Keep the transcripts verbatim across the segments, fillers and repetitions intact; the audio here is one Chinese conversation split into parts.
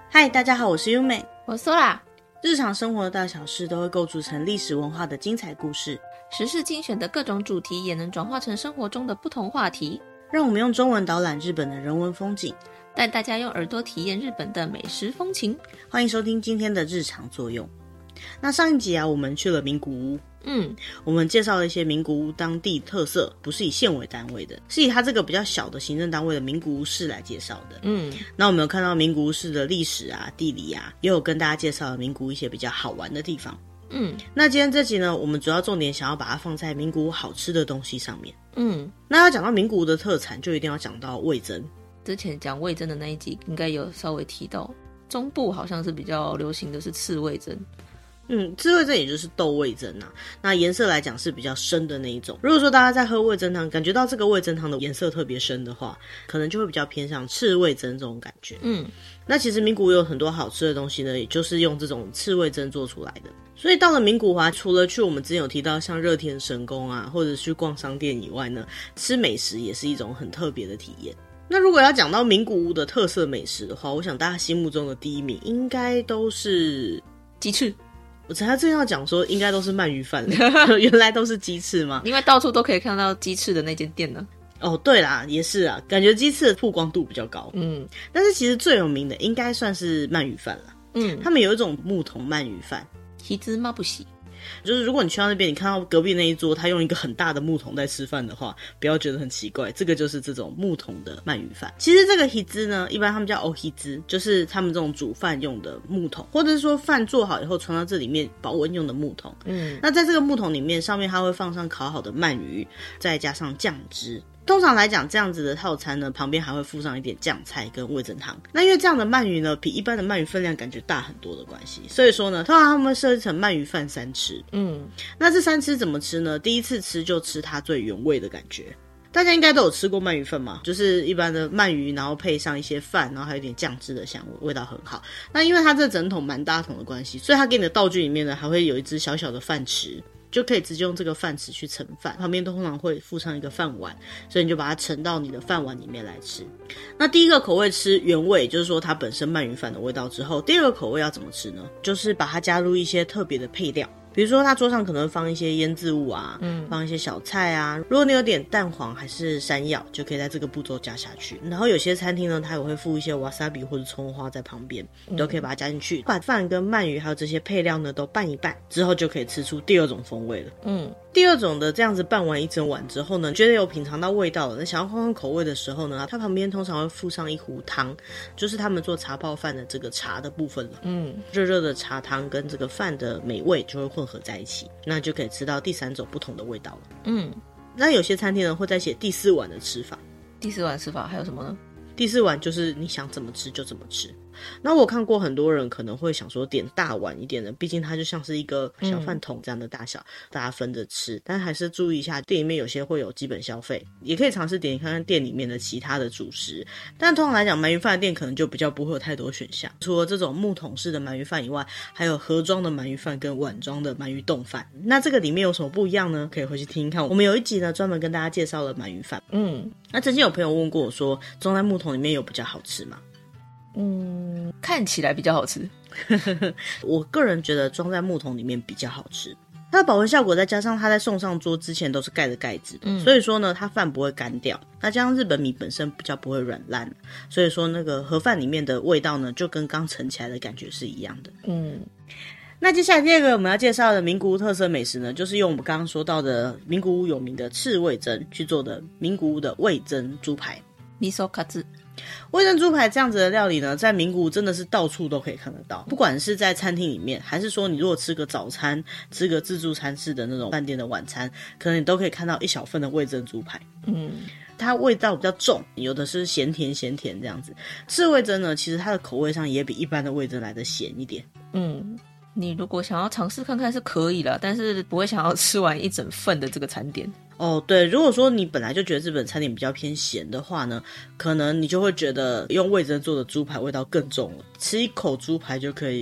嗨，大家好，我是优美， 我说啦， 日常生活的大小事都会构筑成历史文化的精彩故事， 时事精选的各种主题也能转化成生活中的不同话题。 让我们用中文导览日本的人文风景， 带大家用耳朵体验日本的美食风情。 欢迎收听今天的日常作用。那上一集啊，我们去了名古屋， 嗯， 我们介绍了一些名古屋当地特色，不是以县为单位的，是以它这个比较小的行政单位的名古屋市来介绍的。 嗯， 那我们有看到名古屋市的历史啊、地理啊，也有跟大家介绍了名古屋一些比较好玩的地方。 嗯， 那今天这集呢，我们主要重点想要把它放在名古屋好吃的东西上面。 嗯， 那要讲到名古屋的特产，就一定要讲到味噌。 之前讲味噌的那一集应该有稍微提到，中部好像是比较流行的是赤味噌。 嗯，赤味噌也就是豆味噌啊，那颜色来讲是比较深的那一种。如果说大家在喝味噌汤，感觉到这个味噌汤的颜色特别深的话，可能就会比较偏向赤味噌这种感觉。 嗯， 那其实名古屋有很多好吃的东西呢，也就是用这种赤味噌做出来的。所以到了名古屋啊，除了去我们之前有提到像热田神宫啊，或者去逛商店以外呢，吃美食也是一种很特别的体验。那如果要讲到名古屋的特色美食的话，我想大家心目中的第一名应该都是鸡翅。 我才正要讲说应该都是鳗鱼饭原来都是鸡翅吗？ 因为到处都可以看到鸡翅的那间店呢。 哦，对啦，也是啊，感觉鸡翅的曝光度比较高。 嗯， 但是其实最有名的应该算是鳗鱼饭啦。 嗯， 他们有一种木桶鳗鱼饭， 皮芝麻不洗。 就是如果你去到那边，你看到隔壁那一桌他用一个很大的木桶在吃饭的话，不要觉得很奇怪，这个就是这种木桶的鳗鱼饭。其实这个ヒ兹呢，一般他们叫欧ヒ兹，就是他们这种煮饭用的木桶，或者是说饭做好以后传到这里面保温用的木桶。嗯，那在这个木桶里面，上面它会放上烤好的鳗鱼，再加上酱汁。通常来讲，这样子的套餐呢，旁边还会附上一点酱菜跟味噌汤。那因为这样的鳗鱼呢，比一般的鳗鱼分量感觉大很多的关系，所以说呢，通常他们会设计成鳗鱼饭三吃。嗯，那这三吃怎么吃呢？第一次吃就吃它最原味的感觉。大家应该都有吃过鳗鱼饭嘛，就是一般的鳗鱼，然后配上一些饭，然后还有一点酱汁的香味，味道很好。那因为它这整桶蛮大桶的关系，所以它给你的道具里面呢，还会有一只小小的饭匙。就可以直接用这个饭匙去盛饭，旁边通常会附上一个饭碗，所以你就把它盛到你的饭碗里面来吃。那第一个口味吃原味，就是说它本身鳗鱼饭的味道之后，第二个口味要怎么吃呢？就是把它加入一些特别的配料。比如说他桌上可能放一些腌制物啊，嗯，放一些小菜啊，如果你有点蛋黄还是山药，就可以在这个步骤加下去。然后有些餐厅呢，它也会附一些 wasabi 或者葱花在旁边，你都可以把它加进去，把饭跟鳗鱼还有这些配料呢都拌一拌之后，就可以吃出第二种风味了。嗯，第二种的这样子拌完一整碗之后呢，觉得有品尝到味道了，那想要换换口味的时候呢，它旁边通常会附上一壶汤，就是他们做茶泡饭的这个茶的部分了。嗯，热热的茶汤跟这个饭的美味就会混合在一起，那就可以吃到第三种不同的味道了。嗯，那有些餐厅呢会再写第四碗的吃法。 第四碗吃法还有什么呢？ 第四碗就是你想怎么吃就怎么吃。那我看过很多人可能会想说点大碗一点的，毕竟它就像是一个小饭桶这样的大小，嗯，大家分着吃，但还是注意一下，店里面有些会有基本消费，也可以尝试点看看店里面的其他的主食。但通常来讲，鳗鱼饭的店可能就比较不会有太多选项，除了这种木桶式的鳗鱼饭以外，还有盒装的鳗鱼饭跟碗装的鳗鱼冻饭。那这个里面有什么不一样呢？可以回去听听看，我们有一集呢专门跟大家介绍了鳗鱼饭。嗯，那之前有朋友问过我说，装在木桶里面有比较好吃吗？ 嗯，看起来比较好吃。 我个人觉得装在木桶里面比较好吃，它的保温效果再加上它在送上桌之前都是盖着盖子的，嗯，所以说呢它饭不会干掉，那加上日本米本身比较不会软烂，所以说那个盒饭里面的味道呢就跟刚盛起来的感觉是一样的。嗯，那接下来第二个我们要介绍的名古屋特色美食呢，就是用我们刚刚说到的名古屋有名的赤味噌去做的名古屋的味噌猪排味噌カツ。 味噌猪排这样子的料理呢，在名古屋真的是到处都可以看得到，不管是在餐厅里面，还是说你如果吃个早餐，吃个自助餐式的那种饭店的晚餐，可能你都可以看到一小份的味噌猪排。嗯，它味道比较重，有的是咸甜咸甜这样子。赤味噌呢，其实它的口味上也比一般的味噌来的咸一点。嗯， 你如果想要尝试看看是可以啦，但是不会想要吃完一整份的这个餐点。 哦，对，如果说你本来就觉得日本餐点比较偏咸的话呢，可能你就会觉得用味噌做的猪排味道更重了，吃一口猪排就可以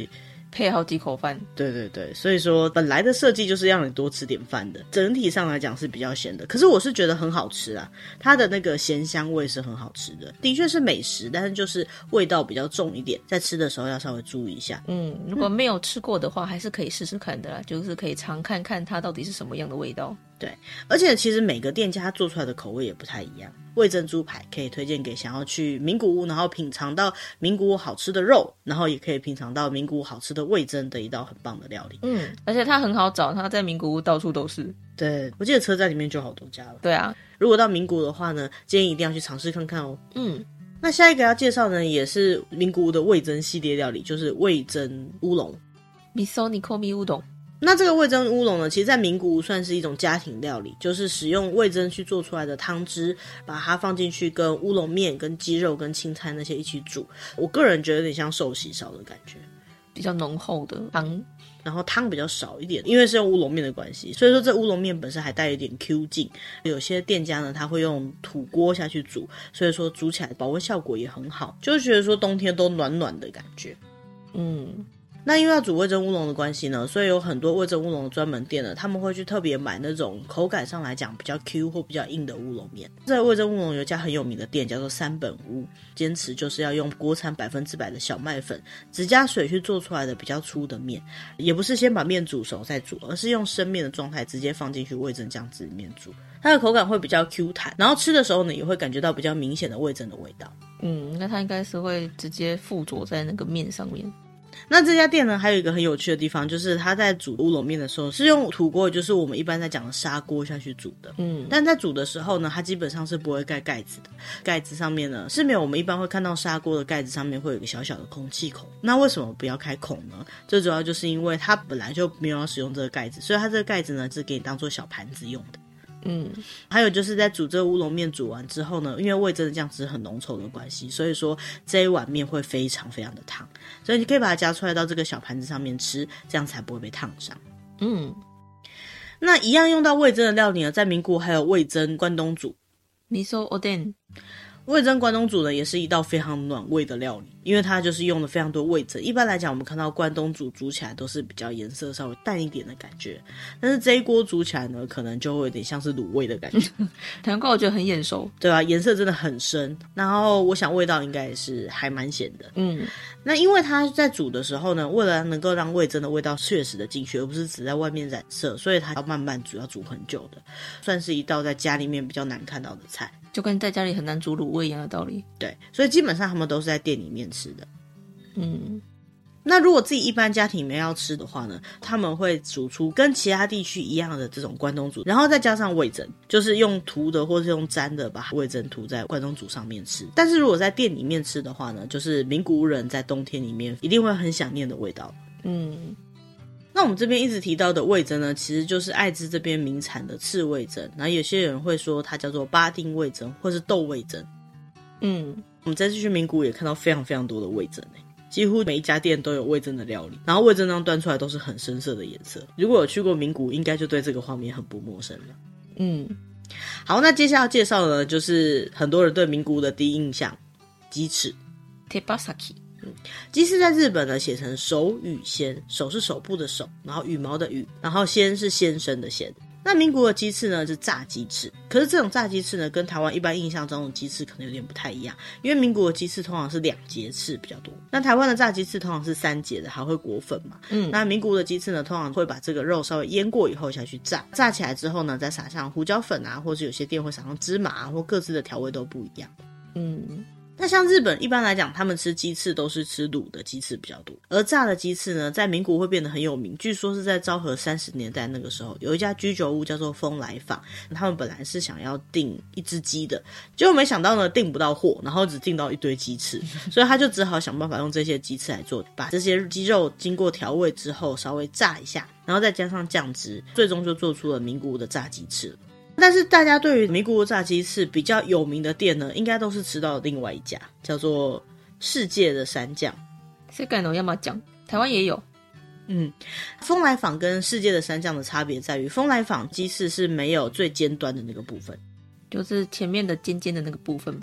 配好几口饭。 对对对，所以说本来的设计就是让你多吃点饭的，整体上来讲是比较咸的，可是我是觉得很好吃啊，它的那个咸香味是很好吃的，的确是美食，但是就是味道比较重一点，在吃的时候要稍微注意一下。 嗯，如果没有吃过的话，还是可以试试看的啦，就是可以尝看看它到底是什么样的味道。 对，而且其实每个店家做出来的口味也不太一样。味噌猪排可以推荐给想要去名古屋，然后品尝到名古屋好吃的肉，然后也可以品尝到名古屋好吃的味噌的一道很棒的料理。 嗯，而且它很好找，它在名古屋到处都是。 对，我记得车站里面就好多家了。 对啊， 如果到名古屋的话呢，建议一定要去尝试看看哦。 嗯， 那下一个要介绍呢，也是名古屋的味噌系列料理，就是味噌乌龙。 Miso Nikomi Udon。 那这个味噌乌龙呢，其实在名古屋算是一种家庭料理，就是使用味噌去做出来的汤汁，把它放进去跟乌龙面、跟鸡肉、跟青菜那些一起煮。我个人觉得有点像寿喜烧的感觉， 比较浓厚的汤， 然后汤比较少一点，因为是用乌龙面的关系，所以说这乌龙面本身还带一点 Q 劲。有些店家呢，他会用土锅下去煮，所以说煮起来保温效果也很好，就是觉得说冬天都暖暖的感觉。 嗯。 那因为要煮味噌乌龙的关系呢，所以有很多味噌乌龙的专门店呢，他们会去特别买那种口感上来讲比较 Q 或比较硬的乌龙面。这个味噌乌龙有一家很有名的店叫做三本屋，坚持就是要用国产百分之百的小麦粉，只加水去做出来的比较粗的面，也不是先把面煮熟再煮，而是用生面的状态直接放进去味噌酱汁里面煮，它的口感会比较 Q 弹，然后吃的时候呢，也会感觉到比较明显的味噌的味道。 嗯，那它应该是会直接附着在那个面上面。 那这家店呢，还有一个很有趣的地方，就是他在煮乌龙面的时候是用土锅，就是我们一般在讲的砂锅下去煮的。嗯，但在煮的时候呢，它基本上是不会盖盖子的，盖子上面呢是没有我们一般会看到砂锅的盖子上面会有一个小小的空气孔。那为什么不要开孔呢？最主要就是因为它本来就没有要使用这个盖子，所以它这个盖子呢是给你当做小盘子用的。嗯，还有就是在煮这个乌龙面煮完之后呢，因为味噌的酱汁很浓稠的关系，所以说这一碗面会非常非常的烫，所以你可以把它夹出来到这个小盘子上面吃，这样才不会被烫伤。嗯，那一样用到味噌的料理呢，在名古屋还有味噌关东煮 Miso Oden。 味噌关东煮呢，也是一道非常暖胃的料理，因为它就是用了非常多味噌。一般来讲，我们看到关东煮煮起来都是比较颜色稍微淡一点的感觉，但是这一锅煮起来呢，可能就会有点像是卤味的感觉。 难怪我觉得很眼熟， 对啊，颜色真的很深，然后我想味道应该也是还蛮咸的。嗯，那因为它在煮的时候呢，为了能够让味噌的味道确实的进去，而不是只在外面染色，所以它要慢慢煮，要煮很久的，算是一道在家里面比较难看到的菜。 就跟在家里很难煮卤味一样的道理。 对，所以基本上他们都是在店里面吃的。 嗯， 那如果自己一般家庭里面要吃的话呢，他们会煮出跟其他地区一样的这种关东煮，然后再加上味噌，就是用涂的或是用沾的把味噌涂在关东煮上面吃。但是如果在店里面吃的话呢，就是名古屋人在冬天里面一定会很想念的味道。嗯，那我们这边一直提到的味噌呢，其实就是爱知这边名产的赤味噌，然后有些人会说它叫做巴丁味噌或是豆味噌。嗯，我们这次去名古屋也看到非常非常多的味噌、欸、几乎每一家店都有味噌的料理，然后味噌这样端出来都是很深色的颜色。如果有去过名古屋，应该就对这个画面很不陌生了。嗯，好，那接下来要介绍的呢，就是很多人对名古屋的第一印象——鸡翅 Tebasaki。 嗯，鸡翅在日本呢写成手羽先，手是手部的手，然后羽毛的羽，然后先是先生的先。那名古屋的鸡翅呢是炸鸡翅，可是这种炸鸡翅呢跟台湾一般印象中的鸡翅可能有点不太一样，因为名古屋的鸡翅通常是两节翅比较多，那台湾的炸鸡翅通常是三节的，还会裹粉嘛。嗯，那名古屋的鸡翅呢通常会把这个肉稍微腌过以后下去炸，炸起来之后呢再撒上胡椒粉啊，或是有些店会撒上芝麻啊，或各自的调味都不一样。嗯，那像日本一般来讲，他们吃鸡翅都是吃卤的鸡翅比较多，而炸的鸡翅呢，在名古屋会变得很有名。据说是在昭和三十年代那个时候，有一家居酒屋叫做风来坊，他们本来是想要订一只鸡的，结果没想到呢订不到货，然后只订到一堆鸡翅，所以他就只好想办法用这些鸡翅来做，把这些鸡肉经过调味之后稍微炸一下，然后再加上酱汁，最终就做出了名古屋的炸鸡翅。但是大家对于名古屋炸鸡翅比较有名的店呢，应该都是吃到另外一家叫做世界的山酱。 世界の山酱，台湾也有。 嗯，风来坊跟世界的山酱的差别在于，风来坊鸡翅是没有最尖端的那个部分， 就是前面的尖尖的那个部分吧。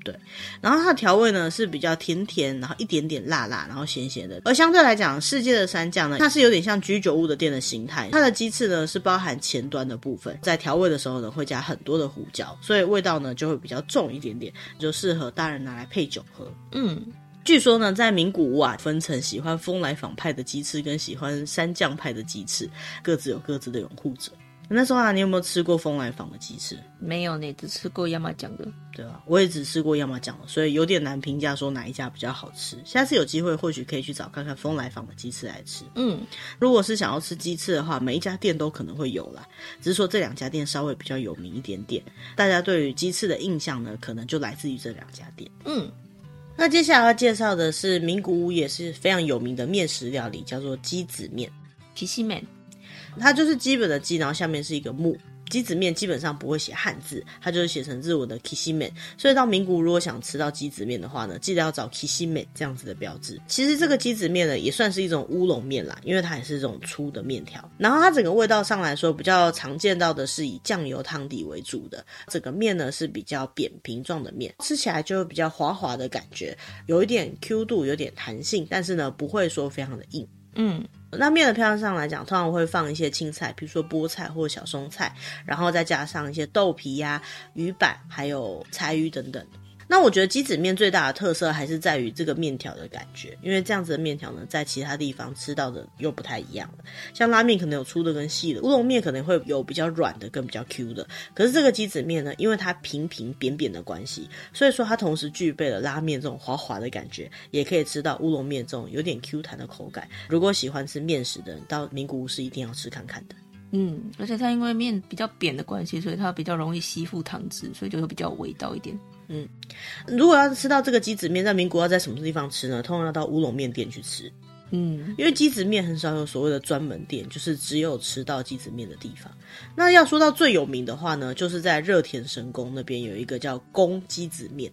对，然后它的调味呢是比较甜甜，然后一点点辣辣，然后咸咸的。而相对来讲，世界的山酱呢，它是有点像居酒屋的店的形态。它的鸡翅呢是包含前端的部分，在调味的时候呢会加很多的胡椒，所以味道呢就会比较重一点点，就适合大人拿来配酒喝。嗯。据说呢，在名古屋啊，分成喜欢风来坊派的鸡翅跟喜欢山酱派的鸡翅，各自有各自的拥护者。那时候啊，你有没有吃过风来坊的鸡翅？ 没有呢，只吃过亚麻酱的。 对啊，我也只吃过亚麻酱的，所以有点难评价说哪一家比较好吃。下次有机会或许可以去找看看风来坊的鸡翅来吃。嗯，如果是想要吃鸡翅的话，每一家店都可能会有啦，只是说这两家店稍微比较有名一点点，大家对于鸡翅的印象呢，可能就来自于这两家店。嗯。那接下来要介绍的是名古屋也是非常有名的面食料理，叫做鸡子面。 鸡子面， 它就是基本的鸡，然后下面是一个木。鸡子面基本上不会写汉字，它就是写成日文的 kishimen， 所以到名古屋如果想吃到鸡子面的话呢，记得要找 kishimen 这样子的标志。其实这个鸡子面呢也算是一种乌龙面啦，因为它也是这种粗的面条，然后它整个味道上来说比较常见到的是以酱油汤底为主的，整个面呢是比较扁平状的面，吃起来就会比较滑滑的感觉，有一点 Q 度，有点弹性，但是呢不会说非常的硬。嗯，那面的配料上来讲，通常会放一些青菜，比如说菠菜或小松菜，然后再加上一些豆皮呀、鱼板，还有柴鱼等等。那我觉得鸡子面最大的特色还是在于这个面条的感觉，因为这样子的面条呢，在其他地方吃到的又不太一样了。像拉面可能有粗的跟细的，乌龙面可能会有比较软的跟比较 Q 的，可是这个鸡子面呢，因为它平平扁扁的关系，所以说它同时具备了拉面这种滑滑的感觉，也可以吃到乌龙面这种有点 Q 弹的口感。如果喜欢吃面食的人，到名古屋是一定要吃看看的。 嗯，而且它因为面比较扁的关系，所以它比较容易吸附汤汁，所以就会比较有味道一点。 嗯，如果要吃到这个鸡子面，在名古屋要在什么地方吃呢？通常要到乌龙面店去吃。嗯，因为鸡子面很少有所谓的专门店，就是只有吃到鸡子面的地方。那要说到最有名的话呢，就是在热田神宫那边有一个叫宫鸡子面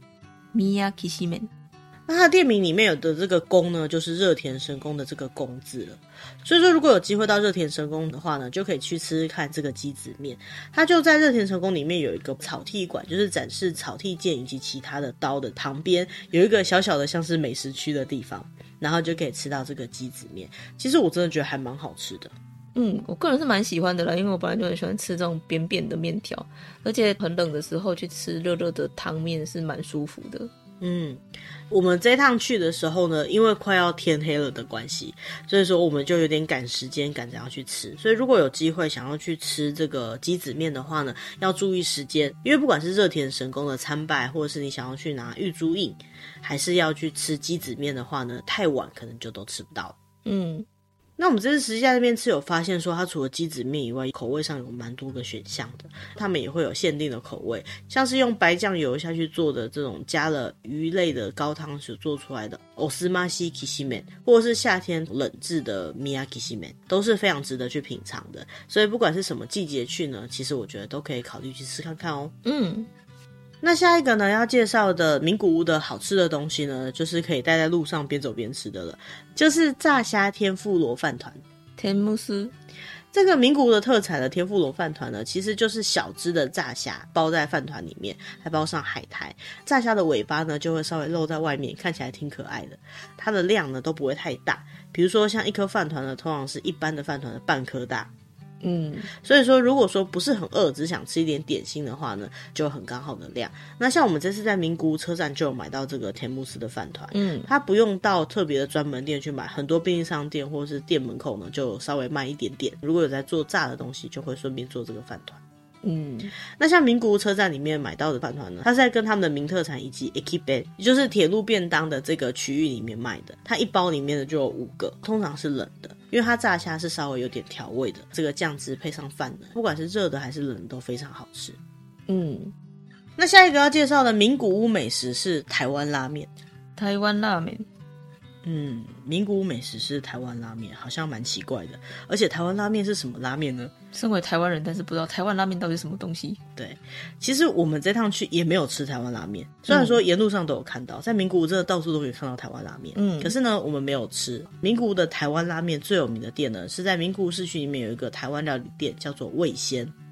Miyaki 面。 那它的店名里面有的这个宫呢，就是热田神宫的这个宫字了。所以说如果有机会到热田神宫的话呢，就可以去吃吃看这个鸡子面。它就在热田神宫里面有一个草剃馆，就是展示草剃剑以及其他的刀的旁边有一个小小的像是美食区的地方，然后就可以吃到这个鸡子面。其实我真的觉得还蛮好吃的。 嗯，我个人是蛮喜欢的啦，因为我本来就很喜欢吃这种扁扁的面条，而且很冷的时候去吃热热的汤面是蛮舒服的。 嗯，我们这一趟去的时候呢，因为快要天黑了的关系，所以说我们就有点赶时间，赶着要去吃。所以如果有机会想要去吃这个鸡子面的话呢，要注意时间，因为不管是热田神宫的参拜，或者是你想要去拿玉珠印，还是要去吃鸡子面的话呢，太晚可能就都吃不到了。嗯。那我们这次实际在那边吃有发现说，它除了鸡子面以外，口味上有蛮多个选项的，他们也会有限定的口味，像是用白酱油下去做的这种加了鱼类的高汤所做出来的欧斯玛西 kishimen， 或者是夏天冷制的 miya kishimen， 都是非常值得去品尝的。所以不管是什么季节去呢，其实我觉得都可以考虑去吃看看哦。嗯。那下一个呢，要介绍的名古屋的好吃的东西呢，就是可以带在路上边走边吃的了，就是炸虾天妇罗饭团。 天むす。 这个名古屋的特产的天妇罗饭团呢，其实就是小只的炸虾包在饭团里面，还包上海苔。炸虾的尾巴呢，就会稍微露在外面，看起来挺可爱的。它的量呢都不会太大，比如说像一颗饭团呢，通常是一般的饭团的半颗大。嗯，所以说如果说不是很饿，只想吃一点点心的话呢，就很刚好的量。那像我们这次在名古屋车站就有买到这个天むす的饭团，嗯，它不用到特别的专门店去买，很多便利商店或是店门口呢就稍微卖一点点。如果有在做炸的东西，就会顺便做这个饭团。嗯，那像名古屋车站里面买到的饭团呢，它是在跟他们的名特产以及 Ekiben， 也就是铁路便当的这个区域里面卖的。它一包里面的就有五个，通常是冷的，因为它炸虾是稍微有点调味的，这个酱汁配上饭呢，不管是热的还是冷的都非常好吃。嗯，那下一个要介绍的名古屋美食是台湾拉面。 台湾拉面。 嗯，名古屋美食是台湾拉面，好像蛮奇怪的。而且台湾拉面是什么拉面呢？ 身为台湾人，但是不知道台湾拉面到底是什么东西。 对，其实我们这趟去也没有吃台湾拉面，虽然说沿路上都有看到，在名古屋真的到处都可以看到台湾拉面。嗯，可是呢，我们没有吃。名古屋的台湾拉面最有名的店呢，是在名古屋市区里面有一个台湾料理店，叫做味仙。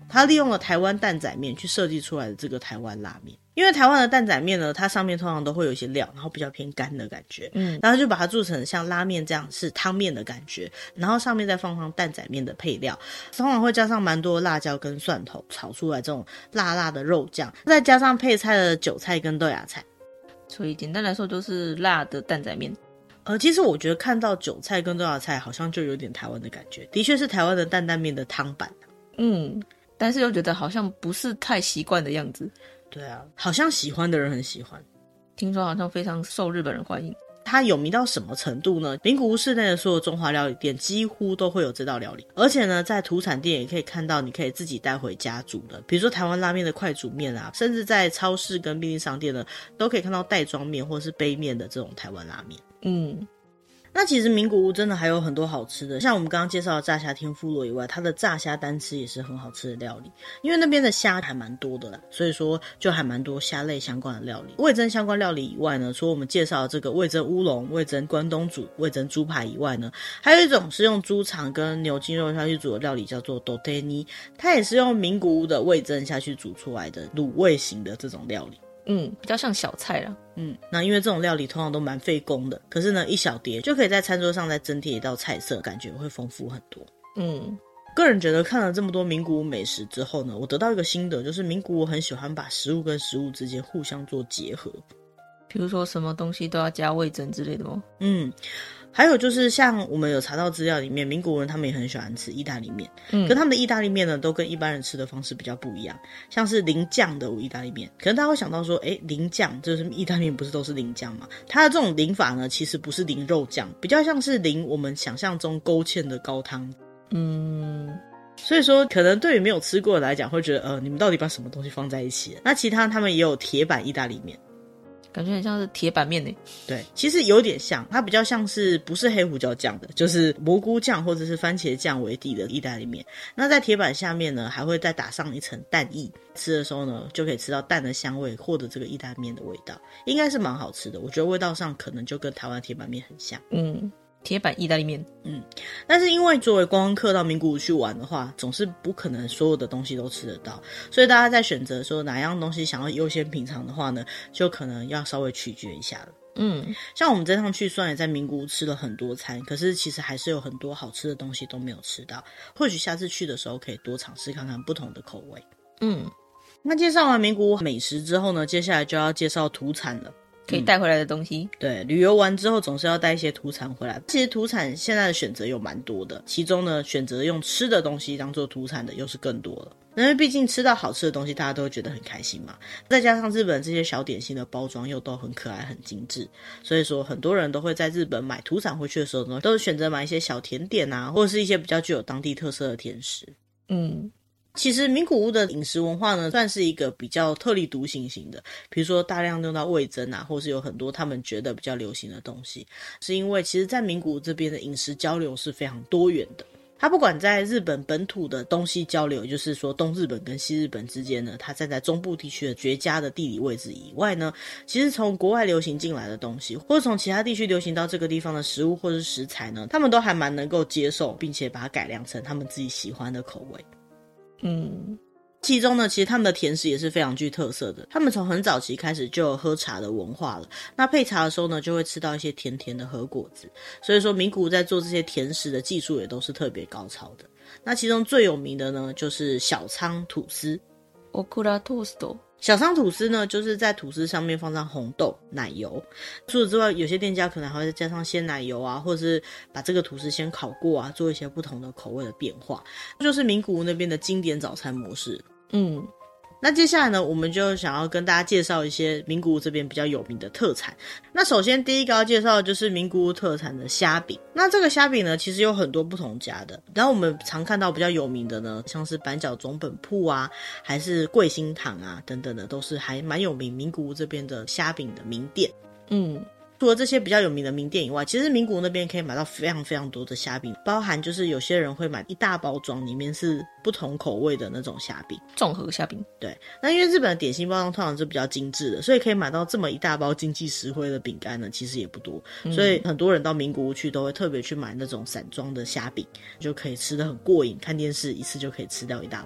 他利用了台湾担仔面去设计出来的这个台湾拉面。因为台湾的担仔面呢，它上面通常都会有一些料，然后比较偏干的感觉，嗯，然后就把它做成像拉面这样是汤面的感觉，然后上面再放上担仔面的配料，通常会加上蛮多辣椒跟蒜头炒出来这种辣辣的肉酱，再加上配菜的韭菜跟豆芽菜， 所以简单来说就是辣的担仔面。 呃，其实我觉得看到韭菜跟豆芽菜好像就有点台湾的感觉，的确是台湾的担担面的汤版， 嗯，但是又觉得好像不是太习惯的样子。 对啊，好像喜欢的人很喜欢， 听说好像非常受日本人欢迎。 它有名到什么程度呢？名古屋市内的所有中华料理店几乎都会有这道料理，而且呢，在土产店也可以看到你可以自己带回家煮的，比如说台湾拉面的快煮面啊，甚至在超市跟便利商店呢，都可以看到袋装面或是杯面的这种台湾拉面。嗯。那其实名古屋真的还有很多好吃的，像我们刚刚介绍的炸虾天妇罗以外，它的炸虾单吃也是很好吃的料理，因为那边的虾还蛮多的啦，所以说就还蛮多虾类相关的料理。味噌相关料理以外呢，除了我们介绍的这个味噌乌龙、味噌关东煮、味噌猪排以外呢，还有一种是用猪肠跟牛筋肉下去煮的料理叫做 Doteni， 它也是用名古屋的味噌下去煮出来的卤味型的这种料理。 嗯，比较像小菜啦。 嗯，那因为这种料理通常都蛮费工的，可是呢，一小碟就可以在餐桌上再增添一道菜色，感觉会丰富很多。嗯，个人觉得看了这么多名古屋美食之后呢，我得到一个心得，就是名古屋很喜欢把食物跟食物之间互相做结合。 比如说什么东西都要加味噌之类的吗？ 嗯。还有就是像我们有查到资料里面，名古屋人他们也很喜欢吃意大利面，嗯，可他们的意大利面呢都跟一般人吃的方式比较不一样，像是淋酱的意大利面，可能大家会想到说，诶，淋酱就是意大利面不是都是淋酱吗？它的这种淋法呢其实不是淋肉酱，比较像是淋我们想象中勾芡的高汤。嗯，所以说可能对于没有吃过的来讲会觉得呃，你们到底把什么东西放在一起了？那其他他们也有铁板意大利面， 感觉很像是铁板面耶。 对，其实有点像，它比较像是不是黑胡椒酱的，就是蘑菇酱或者是番茄酱为底的意大利面。那在铁板下面呢，还会再打上一层蛋液，吃的时候呢，就可以吃到蛋的香味，获得这个意大利面的味道，应该是蛮好吃的。我觉得味道上可能就跟台湾铁板面很像。嗯。 铁板意大利面， 嗯，但是因为作为观光客到名古屋去玩的话，总是不可能所有的东西都吃得到，所以大家在选择说哪样东西想要优先品尝的话呢，就可能要稍微取决一下了。嗯，像我们这趟去虽然也在名古屋吃了很多餐，可是其实还是有很多好吃的东西都没有吃到，或许下次去的时候可以多尝试看看不同的口味。嗯，那介绍完名古屋美食之后呢，接下来就要介绍土产了。 可以带回来的东西、嗯、 对，旅游完之后总是要带一些土产回来。其实土产现在的选择有蛮多的，其中呢选择用吃的东西当做土产的又是更多了，因为毕竟吃到好吃的东西大家都会觉得很开心嘛，再加上日本这些小点心的包装又都很可爱很精致，所以说很多人都会在日本买土产回去的时候呢，都是选择买一些小甜点啊，或者是一些比较具有当地特色的甜食。嗯，其实名古屋的饮食文化呢，算是一个比较特立独行型的，比如说大量用到味噌啊，或是有很多他们觉得比较流行的东西，是因为其实在名古屋这边的饮食交流是非常多元的。它不管在日本本土的东西交流，也就是说东日本跟西日本之间呢，它站在中部地区的绝佳的地理位置以外呢，其实从国外流行进来的东西，或者从其他地区流行到这个地方的食物或是食材呢，他们都还蛮能够接受，并且把它改良成他们自己喜欢的口味。嗯，其中呢，其实他们的甜食也是非常具特色的。他们从很早期开始就有喝茶的文化了。那配茶的时候呢，就会吃到一些甜甜的和果子。所以说，名古屋在做这些甜食的技术也都是特别高超的。那其中最有名的呢，就是小仓吐司。 Okura Toast。 小仓吐司呢，就是在吐司上面放上红豆、奶油。除此之外，有些店家可能还会再加上鲜奶油啊，或者是把这个吐司先烤过啊，做一些不同的口味的变化。这就是名古屋那边的经典早餐模式。嗯，那接下来呢，我们就想要跟大家介绍一些名古屋这边比较有名的特产。那首先第一个要介绍的就是名古屋特产的虾饼。那这个虾饼呢，其实有很多不同家的，然后我们常看到比较有名的呢，像是板角总本铺啊，还是贵心堂啊等等的，都是还蛮有名名古屋这边的虾饼的名店。嗯，除了这些比较有名的名店以外，其实名古屋那边可以买到非常非常多的虾饼，包含就是有些人会买一大包装，里面是不同口味的那种虾饼， 综合虾饼。 对，那因为日本的点心包装通常是比较精致的，所以可以买到这么一大包经济实惠的饼干呢，其实也不多、嗯、所以很多人到名古屋去都会特别去买那种散装的虾饼，就可以吃得很过瘾，看电视一次就可以吃掉一大包。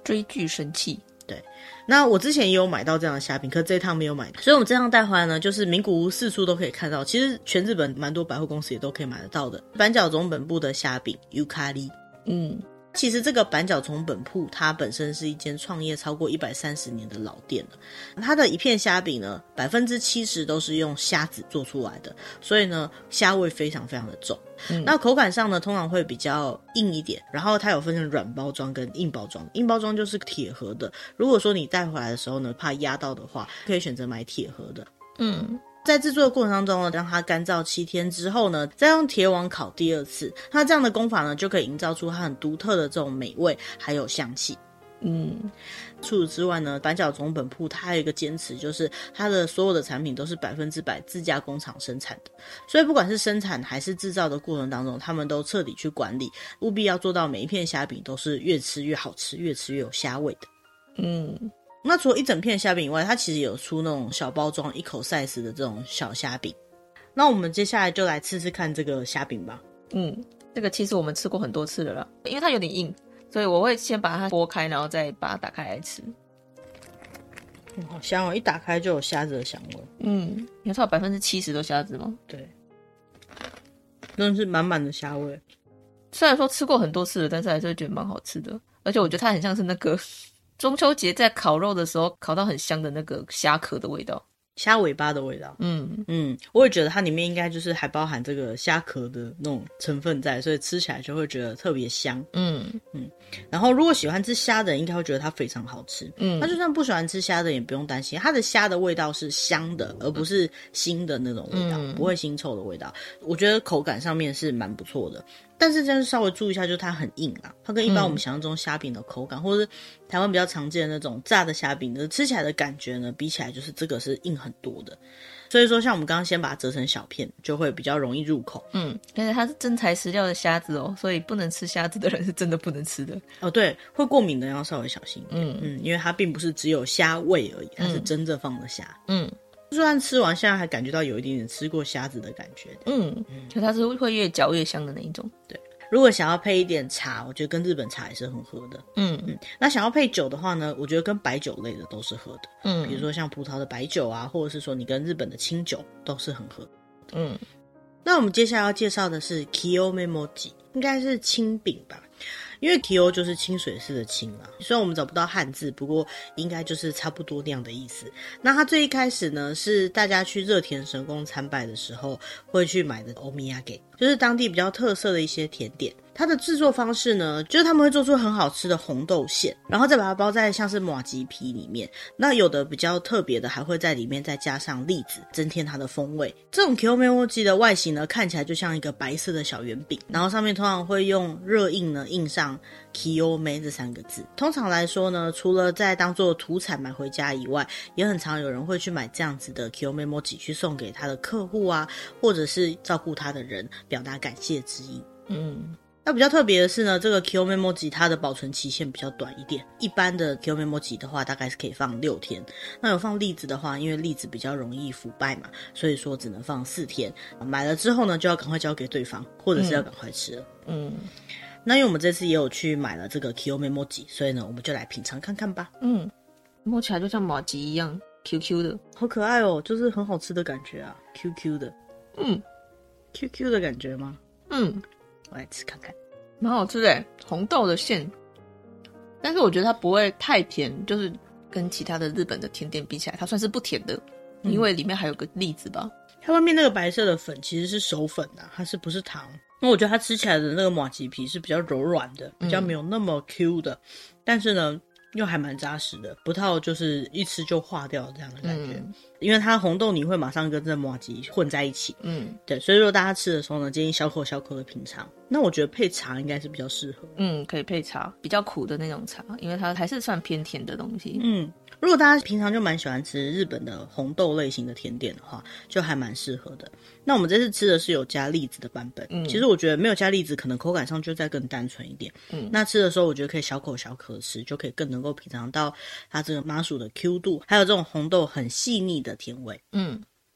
追剧神器。 对，那我之前也有买到这样的虾饼，可是这一趟没有买到，所以我们这趟带回来呢，就是名古屋四处都可以看到，其实全日本蛮多百货公司也都可以买得到的板角总本部的虾饼 Yukari。 嗯，其实这个板角总本铺它本身是一间创业超过一百三十年的老店了，它的一片虾饼呢 百分之七十 都是用虾子做出来的，所以呢虾味非常非常的重。嗯、那口感上呢通常会比较硬一点，然后它有分成软包装跟硬包装，硬包装就是铁盒的，如果说你带回来的时候呢怕压到的话，可以选择买铁盒的。嗯，在制作的过程当中呢，让它干燥七天之后呢，再用铁网烤第二次，那这样的工法呢就可以营造出它很独特的这种美味还有香气。嗯，除此之外呢，板角总本铺它还有一个坚持，就是它的所有的产品都是百分之百自家工厂生产的，所以不管是生产还是制造的过程当中，他们都彻底去管理，务必要做到每一片虾饼都是越吃越好吃，越吃越有虾味的。嗯，那除了一整片虾饼以外，它其实有出那种小包装一口 size 的这种小虾饼。那我们接下来就来吃吃看这个虾饼吧。嗯， 这个其实我们吃过很多次了啦，因为它有点硬，所以我会先把它剥开，然后再把它打开来吃。 嗯，好香哦！一打开就有虾子的香味。 嗯，你看它有百分之七十都虾子吗？ 对，真的是满满的虾味。 虽然说吃过很多次了，但是还是会觉得蛮好吃的。而且我觉得它很像是那个中秋节在烤肉的时候烤到很香的那个虾壳的味道。 虾尾巴的味道。嗯嗯，我也觉得它里面应该就是还包含这个虾壳的那种成分在，所以吃起来就会觉得特别香。嗯嗯，然后如果喜欢吃虾的人应该会觉得它非常好吃。嗯，那就算不喜欢吃虾的人也不用担心，它的虾的味道是香的，而不是腥的那种味道。嗯，不会腥臭的味道。我觉得口感上面是蛮不错的，但是就是稍微注意一下，就是它很硬啦，它跟一般我们想象中虾饼的口感，嗯，或者是台湾比较常见的那种炸的虾饼的吃起来的感觉呢，比起来就是这个是硬很多的。所以说像我们刚刚先把它折成小片，就会比较容易入口。嗯， 而且它是真材实料的虾子哦，所以不能吃虾子的人是真的不能吃的哦。对，会过敏的要稍微小心一点。嗯嗯，因为它并不是只有虾味而已，它是真正放的虾。嗯，就算吃完现在还感觉到有一点点吃过虾子的感觉。 嗯嗯，就它是会越嚼越香的那一种。 对，如果想要配一点茶，我觉得跟日本茶也是很合的。嗯嗯，那想要配酒的话呢，我觉得跟白酒类的都是合的。嗯，比如说像葡萄的白酒啊，或者是说你跟日本的清酒都是很合的。嗯，那我们接下来要介绍的是 Kiyome Mochi， 应该是清饼吧。因为 Kiyo 就是清水寺的清啦，虽然我们找不到汉字，不过应该就是差不多那样的意思。那它最一开始呢，是大家去热田神宫参拜的时候会去买的 omiyage， 就是当地比较特色的一些甜点。它的制作方式呢，就是他们会做出很好吃的红豆馅，然后再把它包在像是麻糬皮里面。那有的比较特别的，还会在里面再加上栗子，增添它的风味。这种 Kiyome Mochi 的外形呢，看起来就像一个白色的小圆饼，然后上面通常会用热印呢印上 Kiyome 这三个字。通常来说呢，除了在当做土产买回家以外，也很常有人会去买这样子的 Kiyome Mochi 去送给他的客户啊，或者是照顾他的人，表达感谢之意。嗯。那比较特别的是呢，这个 Kiyome Mochi 它的保存期限比较短一点，一般的 Kiyome Mochi 的话大概是可以放六天，那有放栗子的话，因为栗子比较容易腐败嘛，所以说只能放四天。买了之后呢，就要赶快交给对方，或者是要赶快吃了。嗯，那因为我们这次也有去买了这个 Kiyome Mochi， 所以呢，我们就来品尝看看吧。嗯， 摸起来就像麻糬一样 Q Q 的， 好可爱哦，就是很好吃的感觉啊 ，Q Q 的。嗯 ，Q Q 的感觉吗？嗯。我来吃看看， 蛮好吃的，红豆的馅，但是我觉得它不会太甜，就是跟其他的日本的甜点比起来，它算是不甜的，嗯，因为里面还有个栗子吧。 它外面那个白色的粉其实是手粉啊，它是不是糖？那我觉得它吃起来的那个麻糬皮是比较柔软的，比较没有那么 Q 的，嗯，但是呢又还蛮扎实的，不套就是一吃就化掉这样的感觉。嗯，因为它红豆泥会马上跟这麻糬混在一起。嗯，对，所以说大家吃的时候呢，建议小口小口的品尝。那我觉得配茶应该是比较适合。 嗯，可以配茶，比较苦的那种茶，因为它还是算偏甜的东西。 嗯，如果大家平常就蛮喜欢吃日本的红豆类型的甜点的话，就还蛮适合的。那我们这次吃的是有加栗子的版本。嗯，其实我觉得没有加栗子，可能口感上就再更单纯一点。嗯，那吃的时候我觉得可以小口小口吃，就可以更能够品尝到它这个麻薯的 Q 度，还有这种红豆很细腻的甜味。嗯，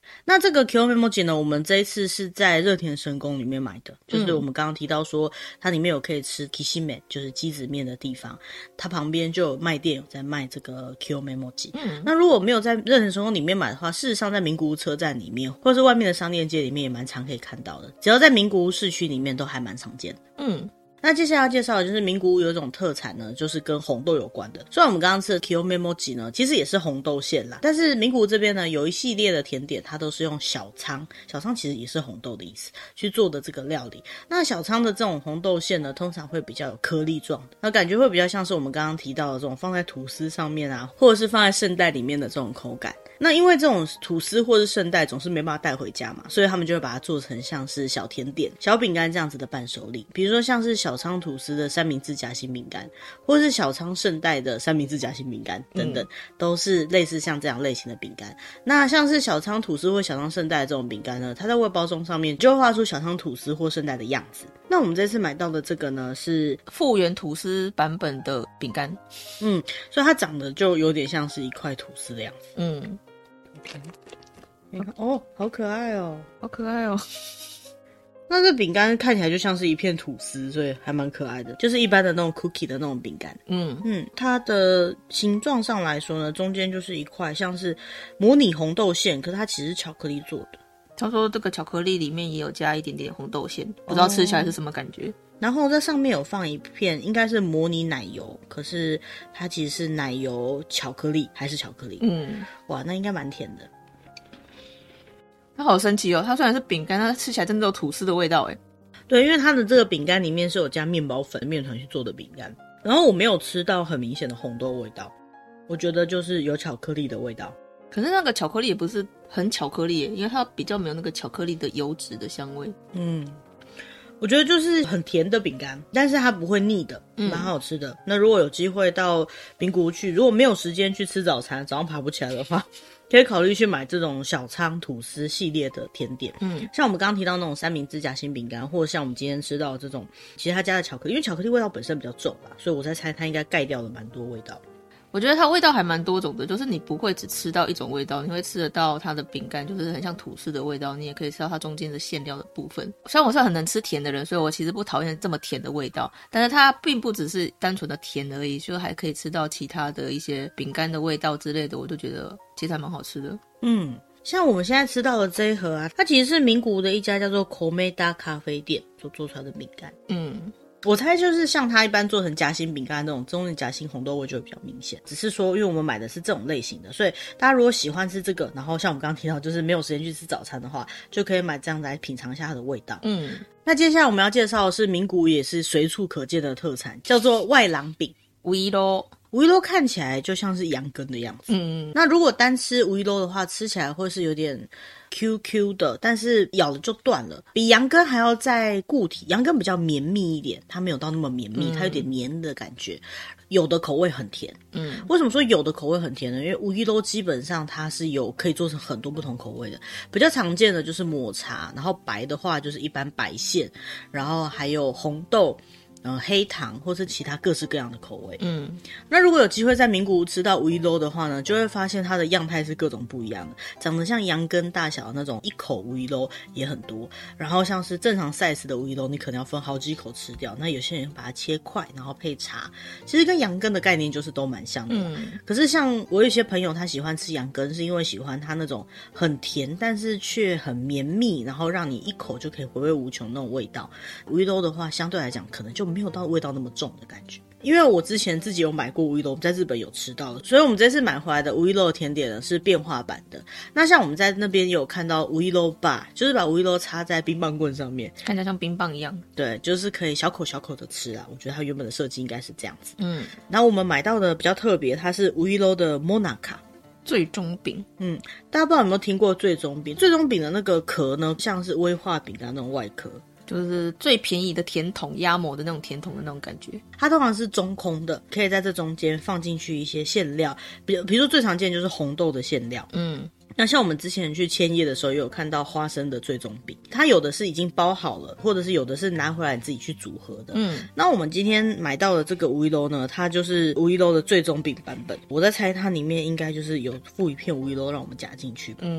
那这个 Kyo Memoji 呢，我们这一次是在热田神宫里面买的，就是我们刚刚提到说它里面有可以吃 Kishime 就是鸡子面的地方，它旁边就有卖店有在卖这个 Kyo Memoji。嗯，那如果没有在热田神宫里面买的话，事实上在名古屋车站里面或是外面的商店街里面也蛮常可以看到的，只要在名古屋市区里面都还蛮常见的。嗯。那接下来要介绍的就是名古屋有一种特产呢，就是跟红豆有关的。虽然我们刚刚吃的 Kyo Memoji 呢，其实也是红豆馅啦，但是名古屋这边呢，有一系列的甜点，它都是用小仓，小仓其实也是红豆的意思，去做的这个料理。那小仓的这种红豆馅呢，通常会比较有颗粒状的，那感觉会比较像是我们刚刚提到的这种放在吐司上面啊，或者是放在圣代里面的这种口感。那因为这种吐司或是圣代总是没办法带回家嘛，所以他们就会把它做成像是小甜点、小饼干这样子的伴手礼，比如说像是小仓吐司的三明治夹心饼干，或是小仓圣代的三明治夹心饼干等等、嗯、都是类似像这样类型的饼干。那像是小仓吐司或小仓圣代的这种饼干呢，它在外包装上面就会画出小仓吐司或圣代的样子。那我们这次买到的这个呢，是复原吐司版本的饼干， 嗯，所以它长得就有点像是一块吐司的样子。嗯，你看哦，好可爱哦， 好可爱哦。 那这饼干看起来就像是一片吐司，所以还蛮可爱的，就是一般的那种 cookie 的那种饼干。嗯嗯，它的形状上来说呢，中间就是一块像是模拟红豆馅，可是它其实是巧克力做的。 他说这个巧克力里面也有加一点点红豆馅，不知道吃起来是什么感觉。 然后在上面有放一片应该是模拟奶油，可是它其实是奶油巧克力还是巧克力。嗯，哇，那应该蛮甜的。 它好神奇哦，它虽然是饼干，它吃起来真的有吐司的味道耶。 对，因为它的这个饼干里面是有加面包粉面团去做的饼干，然后我没有吃到很明显的红豆味道，我觉得就是有巧克力的味道。 可是那个巧克力也不是很巧克力耶，因为它比较没有那个巧克力的油脂的香味。嗯， 我觉得就是很甜的饼干，但是它不会腻的，蛮好吃的。嗯、那如果有机会到名古屋去，如果没有时间去吃早餐，早上爬不起来的话，可以考虑去买这种小仓吐司系列的甜点。嗯，像我们刚刚提到那种三明治夹心饼干，或者像我们今天吃到的这种，其实它加的巧克力，因为巧克力味道本身比较重吧，所以我在猜它应该盖掉了蛮多味道。 我觉得它味道还蛮多种的，就是你不会只吃到一种味道，你会吃得到它的饼干就是很像吐司的味道，你也可以吃到它中间的馅料的部分。虽然我是很能吃甜的人，所以我其实不讨厌这么甜的味道，但是它并不只是单纯的甜而已，就还可以吃到其他的一些饼干的味道之类的，我就觉得其实还蛮好吃的。嗯， 像我们现在吃到的这一盒啊，它其实是名古屋的一家叫做 Komeda 咖啡店所做出来的饼干。嗯，我猜就是像它一般做成夹心饼干那种中间夹心红豆味就会比较明显，只是说因为我们买的是这种类型的，所以大家如果喜欢吃这个，然后像我们刚刚提到就是没有时间去吃早餐的话，就可以买这样来品尝一下它的味道。嗯，那接下来我们要介绍的是名古屋也是随处可见的特产，叫做外郎饼。 乌伊罗乌伊罗看起来就像是羊羹的样子。嗯，那如果单吃乌伊罗的话，吃起来会是有点 Q Q 的，但是咬了就断了，比羊羹还要再固体。羊羹比较绵密一点，它没有到那么绵密，它有点黏的感觉。有的口味很甜。嗯，为什么说有的口味很甜呢？因为乌伊罗基本上它是有可以做成很多不同口味的，比较常见的就是抹茶，然后白的话就是一般白馅，然后还有红豆。嗯，黑糖或是其他各式各样的口味。嗯，那如果有机会在名古屋吃到乌伊罗的话呢，就会发现它的样态是各种不一样的，长得像羊羹大小的那种一口乌伊罗也很多，然后像是正常 size 的乌伊罗，你可能要分好几口吃掉。那有些人把它切块，然后配茶，其实跟羊羹的概念就是都蛮像的。嗯，可是像我有些朋友他喜欢吃羊羹，是因为喜欢它那种很甜，但是却很绵密，然后让你一口就可以回味无穷那种味道。乌伊罗的话，相对来讲可能就没有到味道那么重的感觉，因为我之前自己有买过乌伊罗，我们在日本有吃到的，所以我们这次买回来的乌伊罗甜点呢是变化版的。那像我们在那边有看到乌伊罗吧，就是把乌伊罗插在冰棒棍上面， 看起来像冰棒一样。 对，就是可以小口小口的吃啊。我觉得它原本的设计应该是这样子。嗯，然后我们买到的比较特别，它是乌伊罗的 Monaka。 最终饼。 嗯，大家不知道有没有听过最终饼？最终饼的那个壳呢，像是威化饼干那种外壳。 就是最便宜的甜筒，压模的那种甜筒的那种感觉。 它通常是中空的，可以在这中间放进去一些馅料，比比如说最常见就是红豆的馅料。嗯，那像我们之前去千叶的时候，也有看到花生的最终饼，它有的是已经包好了，或者是有的是拿回来你自己去组合的。嗯，那我们今天买到的这个乌伊罗呢，它就是乌伊罗的最终饼版本。我在猜它里面应该就是有附一片乌伊罗让我们夹进去吧。嗯。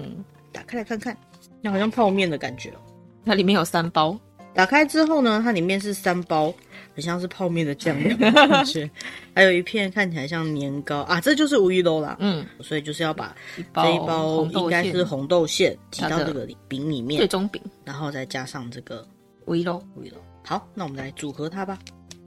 打开来看看，那好像泡面的感觉哦。 它里面有三包， 打开之后呢，它里面是三包，很像是泡面的酱料的感觉，还有一片看起来像年糕啊，这就是乌鱼肉啦。嗯，所以就是要把这一包应该是红豆馅挤到这个饼里面， 最终饼， 然后再加上这个乌鱼肉。 乌鱼肉，好，那我们来组合它吧。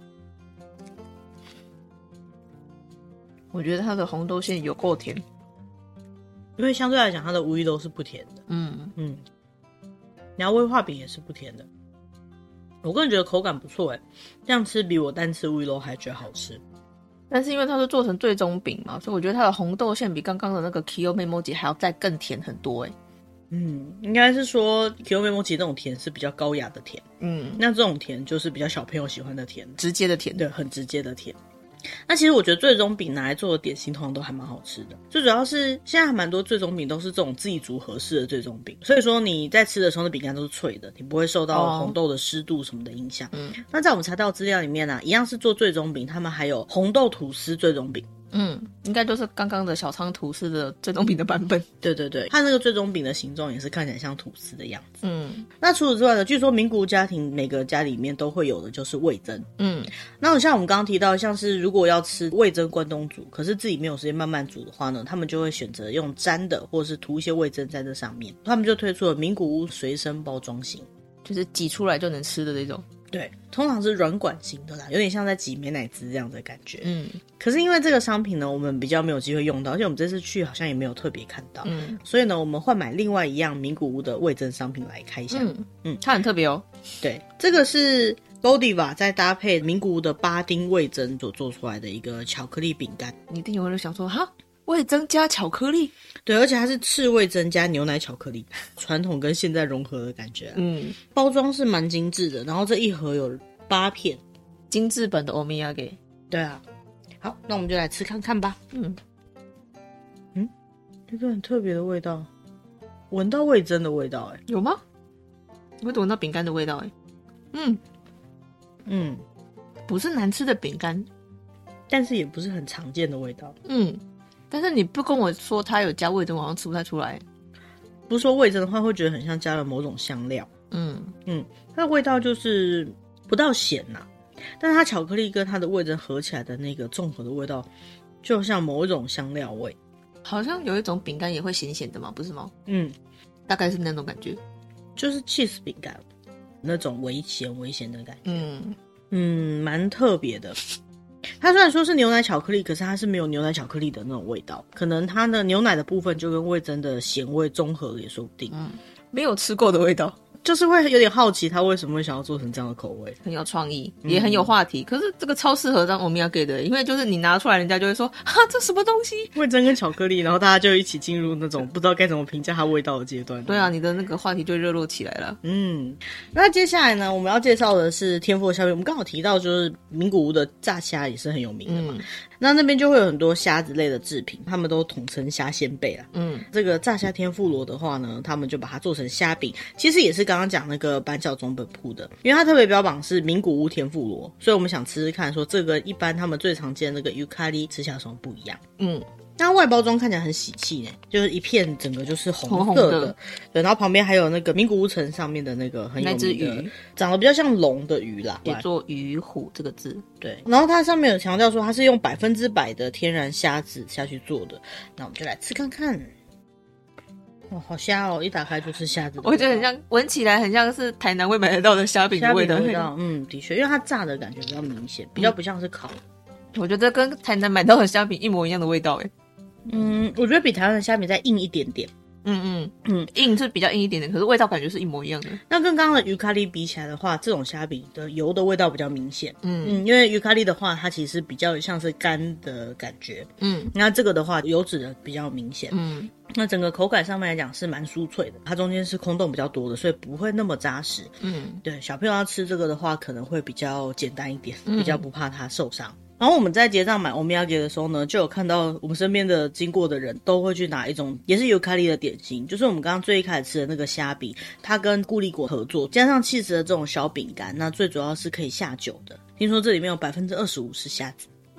我觉得它的红豆馅有够甜， 因为相对来讲，它的乌鱼肉是不甜的。嗯嗯，然后威化饼也是不甜的。我个人觉得口感不错诶，这样吃比我单吃乌鱼肉还觉得好吃。 但是因为它是做成最终饼嘛，所以我觉得它的红豆馅比刚刚的那个 Kyo Memoji 还要再更甜很多诶。 嗯，应该是说 Kyo Memoji 这种甜是比较高雅的甜，嗯，那这种甜就是比较小朋友喜欢的甜， 直接的甜， 对，很直接的甜。那其实我觉得最终饼拿来做的点心通常都还蛮好吃的，最主要是现在还蛮多最终饼都是这种自己组合式的最终饼，所以说你在吃的时候的饼干都是脆的，你不会受到红豆的湿度什么的影响。嗯，那在我们查到资料里面呢、啊，一样是做最终饼，他们还有红豆吐司最终饼。 嗯，应该就是刚刚的小仓吐司的最终饼的版本。 对对对，它那个最终饼的形状也是看起来像吐司的样子。嗯，那除此之外呢，据说名古屋家庭每个家里面都会有的就是味噌。嗯，那像我们刚刚提到，像是如果要吃味噌关东煮，可是自己没有时间慢慢煮的话呢，他们就会选择用沾的，或者是涂一些味噌在这上面。他们就推出了名古屋随身包装型， 就是挤出来就能吃的那种。 对，通常是软管型的啦，有点像在挤美乃滋这样的感觉。嗯，可是因为这个商品呢，我们比较没有机会用到，而且我们这次去好像也没有特别看到。嗯，所以呢，我们换买另外一样名古屋的味噌商品来开箱。嗯嗯，它很特别哦。 对，这个是 Godiva 再搭配名古屋的巴丁味噌所做出来的一个巧克力饼干。 你一定有人想说，哈，味噌加巧克力？ 对，而且它是赤味噌加牛奶巧克力，传统跟现在融合的感觉、啊。嗯，包装是蛮精致的，然后这一盒有八片， 精致版的欧米亚给。 对啊，好，那我们就来吃看看吧。嗯嗯，这个很特别的味道，闻到味噌的味道、欸，哎， 有吗？我会闻到饼干的味道、欸，哎，嗯嗯，不是难吃的饼干， 但是也不是很常见的味道， 嗯。但是你不跟我说它有加味噌，我好像吃不太出来。 不说味噌的话，会觉得很像加了某种香料。嗯嗯，它的味道就是不到咸呐、啊，但是它巧克力跟它的味噌合起来的那个综合的味道，就像某一种香料味。 好像有一种饼干也会咸咸的嘛，不是吗？ 嗯， 大概是那种感觉， 就是 cheese 饼干那种微咸微咸的感觉。嗯嗯，蛮特别的。它虽然说是牛奶巧克力，可是它是没有牛奶巧克力的那种味道，可能它的牛奶的部分就跟味噌的咸味综合也说不定。嗯， 没有吃过的味道， 就是会有点好奇它为什么会想要做成这样的口味， 很有创意，也很有话题。嗯、可是这个超适合当欧米亚给的，因为就是你拿出来，人家就会说哈，这什么东西？ 味噌跟巧克力，然后大家就一起进入那种不知道该怎么评价它味道的阶段。 对啊，你的那个话题就热络起来了。 嗯，那接下来呢，我们要介绍的是天妇的虾饼。我们刚好提到就是名古屋的炸虾也是很有名的嘛。嗯，那那边就会有很多虾子类的制品，他们都统称虾鲜贝啦。嗯，这个炸虾天妇罗的话呢，他们就把它做成虾饼，其实也是刚刚讲那个板桥总本铺的，因为它特别标榜是名古屋天妇罗，所以我们想吃吃看，说这个一般他们最常见的那个 Yukari 吃起来有什么不一样。嗯，那外包装看起来很喜气呢，就是一片整个就是红色的，红红的对，然后旁边还有那个名古屋城上面的那个很有名的那只鱼，长得比较像龙的鱼啦， 也做鱼虎这个字。 对，然后它上面有强调说它是用百分之百的天然虾子下去做的，那我们就来吃看看。哦，好虾哦！一打开就是虾子的味道， 我觉得很像，闻起来很像是台南会买得到的虾饼的味道。 味道，嗯，的确，因为它炸的感觉比较明显，比较不像是烤的。 我觉得跟台南买到的虾饼一模一样的味道，哎。 嗯，我觉得比台湾的虾饼再硬一点点。 嗯嗯嗯，硬是比较硬一点点，可是味道感觉是一模一样的。 那跟刚刚的鱼咖喱比起来的话，这种虾饼的油的味道比较明显。嗯嗯，因为鱼咖喱的话，它其实比较像是干的感觉。嗯，那这个的话，油脂的比较明显。嗯，那整个口感上面来讲是蛮酥脆的，它中间是空洞比较多的，所以不会那么扎实。嗯，对，小朋友要吃这个的话，可能会比较简单一点，比较不怕它受伤。然后我们在结账买欧米亚给的时候呢，就有看到我们身边的经过的人都会去拿一种也是尤卡利的点心，就是我们刚刚最一开始吃的那个虾饼，它跟固力果合作，加上起司的这种小饼干，那最主要是可以下酒的。听说这里面有百分之二十五是虾子。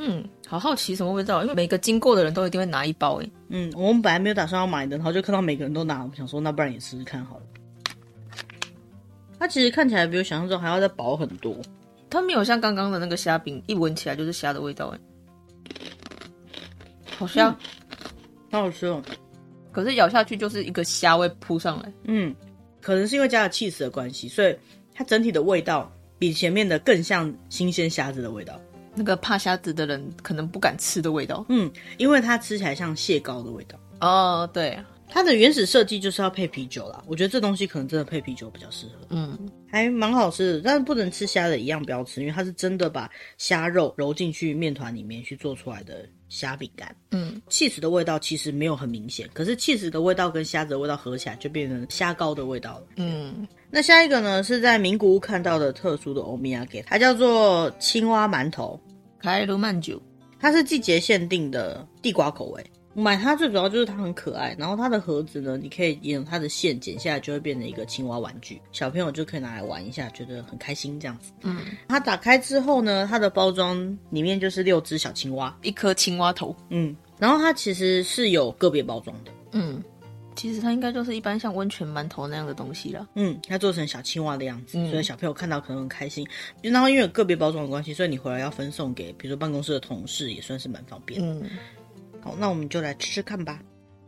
嗯，好好奇什么味道，因为每个经过的人都一定会拿一包诶。 嗯，我们本来没有打算要买的，然后就看到每个人都拿，我们想说那不然也试试看好了。它其实看起来比我想象中还要再薄很多， 它没有像刚刚的那个虾饼一闻起来就是虾的味道诶，好香、嗯、 好好吃哦。 可是咬下去就是一个虾味扑上来。 嗯，可能是因为加了起司的关系，所以它整体的味道比前面的更像新鲜虾子的味道， 那个怕虾子的人可能不敢吃的味道。 嗯，因为它吃起来像蟹膏的味道。 哦，对， 它的原始设计就是要配啤酒啦，我觉得这东西可能真的配啤酒比较适合。嗯，还蛮好吃的，但是不能吃虾的一样不要吃，因为它是真的把虾肉揉进去面团里面去做出来的虾饼干。嗯，起司的味道其实没有很明显，可是起司的味道跟虾子的味道合起来就变成虾膏的味道了。嗯，那下一个呢是在名古屋看到的特殊的欧米亚给，它叫做青蛙馒头开鲁曼酒， 它是季节限定的地瓜口味。买它最主要就是它很可爱，然后它的盒子呢，你可以用它的线剪下来，就会变成一个青蛙玩具，小朋友就可以拿来玩一下，觉得很开心这样子。嗯，它打开之后呢，它的包装里面就是六只小青蛙， 一颗青蛙头。 嗯，然后它其实是有个别包装的。 嗯，其实它应该就是一般像温泉馒头那样的东西啦。 嗯，它做成小青蛙的样子，嗯、所以小朋友看到可能很开心。然后因为有个别包装的关系，所以你回来要分送给比如说办公室的同事，也算是蛮方便的。嗯。好，那我们就来吃吃看吧。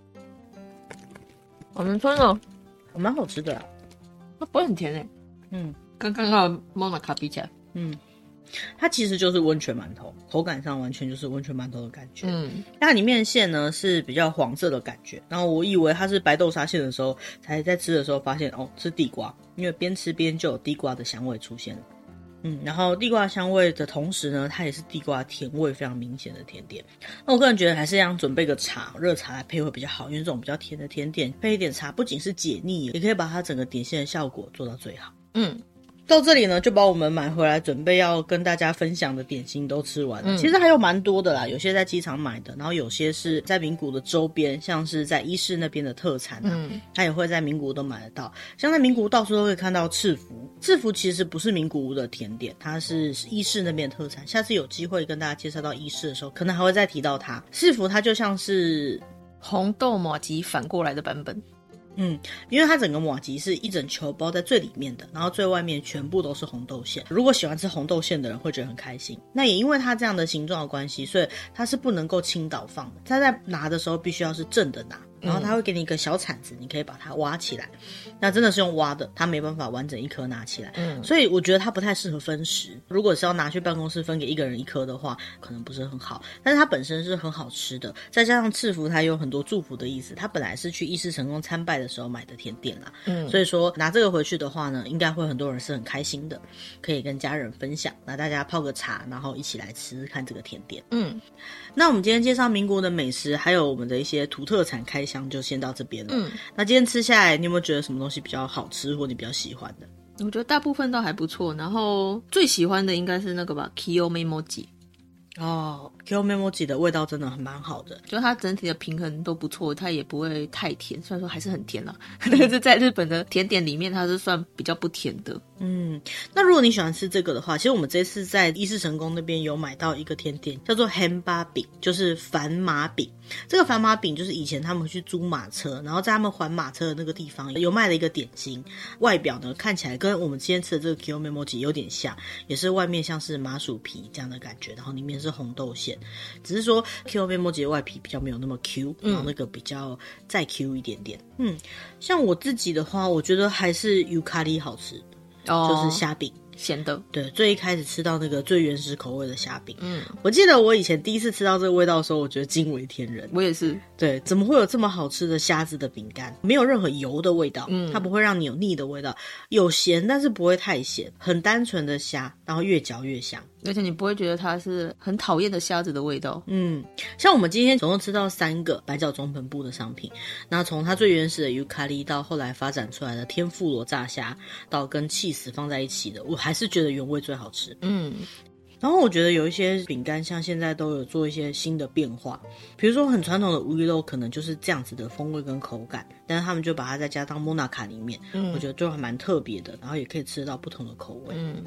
我们吃了， 蛮好吃的啦， 它不会很甜诶。嗯，跟刚刚的莫娜卡比起来， 嗯，它其实就是温泉馒头，口感上完全就是温泉馒头的感觉。嗯，它里面馅呢是比较黄色的感觉，然后我以为它是白豆沙馅的时候，才在吃的时候发现哦是地瓜，因为边吃边就有地瓜的香味出现了。嗯，然后地瓜香味的同时呢，它也是地瓜甜味非常明显的甜点。那我个人觉得还是要准备个茶，热茶来配会比较好，因为这种比较甜的甜点配一点茶，不仅是解腻，也可以把它整个点心的效果做到最好。嗯。到这里呢，就把我们买回来准备要跟大家分享的点心都吃完了。嗯、其实还有蛮多的啦，有些在机场买的，然后有些是在名古屋的周边，像是在伊势那边的特产、啊，嗯，它也会在名古屋都买得到。像在名古屋到处都可以看到赤福，赤福其实不是名古屋的甜点，它是伊势那边的特产。下次有机会跟大家介绍到伊势的时候，可能还会再提到它。赤福它就像是红豆麻糬反过来的版本。 嗯，因为它整个麻糬是一整球包在最里面的，然后最外面全部都是红豆馅。如果喜欢吃红豆馅的人会觉得很开心。那也因为它这样的形状的关系，所以它是不能够倾倒放的。它在拿的时候必须要是正的拿，然后它会给你一个小铲子，你可以把它挖起来。那真的是用挖的，它没办法完整一颗拿起来。嗯，所以我觉得它不太适合分食。如果是要拿去办公室分给一个人一颗的话，可能不是很好。但是它本身是很好吃的，再加上赤福它有很多祝福的意思。它本来是去伊势成功参拜的时候买的甜点啦，嗯，所以说拿这个回去的话呢，应该会很多人是很开心的，可以跟家人分享。那大家泡个茶，然后一起来吃吃看这个甜点。嗯，那我们今天介绍名古屋的美食，还有我们的一些土特产开箱，就先到这边了。嗯，那今天吃下来，你有没有觉得什么东西比较好吃，或你比较喜欢的？ 我觉得大部分都还不错，然后最喜欢的应该是那个吧 Kyo Memoji。 哦 Kyo Memoji 的味道真的很蛮好的， 就它整体的平衡都不错，它也不会太甜，虽然说还是很甜啦，但是在日本的甜点里面它是算比较不甜的。 嗯，那如果你喜欢吃这个的话，其实我们这次在伊势成功那边有买到一个甜点叫做 Henba 饼，就是繁马饼。这个繁马饼就是以前他们会去租马车，然后在他们还马车的那个地方有卖了一个点心，外表呢看起来跟我们今天吃的这个 Kyo Memoji 有点像，也是外面像是麻薯皮这样的感觉，然后里面是红豆馅，只是说 Kyo Memoji 的外皮比较没有那么 Q， 然后那个比较再 Q 一点点。嗯，像我自己的话，我觉得还是 Yukari 好吃，哦，就是虾饼。 咸的， 对，最一开始吃到那个最原始口味的虾饼，嗯，我记得我以前第一次吃到这个味道的时候，我觉得惊为天人。 我也是， 对，怎么会有这么好吃的虾子的饼干？没有任何油的味道，嗯，它不会让你有腻的味道，有咸但是不会太咸，很单纯的虾，然后越嚼越香。 而且你不会觉得它是很讨厌的虾子的味道。 嗯，像我们今天总共吃到三个白角中本部的商品，那从它最原始的 Yukari 到后来发展出来的天妇罗炸虾，到跟起司放在一起的，我还是觉得原味最好吃。嗯，然后我觉得有一些饼干像现在都有做一些新的变化，比如说很传统的乌鱼肉可能就是这样子的风味跟口感，但是他们就把它再加到 Monaka 里面，嗯，我觉得就还蛮特别的，然后也可以吃到不同的口味。嗯，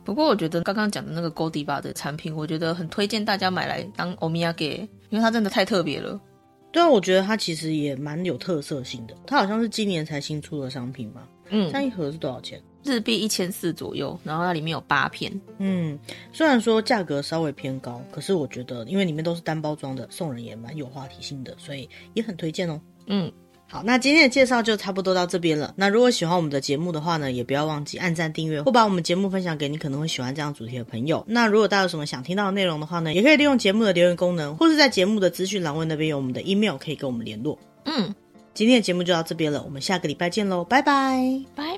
不过我觉得刚刚讲的那个 Godiva 的产品，我觉得很推荐大家买来当欧米亚给，因为它真的太特别了。 对啊，我觉得它其实也蛮有特色性的，它好像是今年才新出的商品嘛。嗯，这样一盒是多少钱？ 日币一千四左右，然后它里面有八片。 嗯，虽然说价格稍微偏高，可是我觉得因为里面都是单包装的，送人也蛮有话题性的，所以也很推荐哦。嗯。好，那今天的介绍就差不多到这边了。那如果喜欢我们的节目的话呢，也不要忘记按赞订阅，或把我们节目分享给你可能会喜欢这样主题的朋友。那如果大家有什么想听到的内容的话呢，也可以利用节目的留言功能，或是在节目的资讯栏位那边有我们的 email 可以跟我们联络。嗯，今天的节目就到这边了，我们下个礼拜见咯，拜拜。 拜。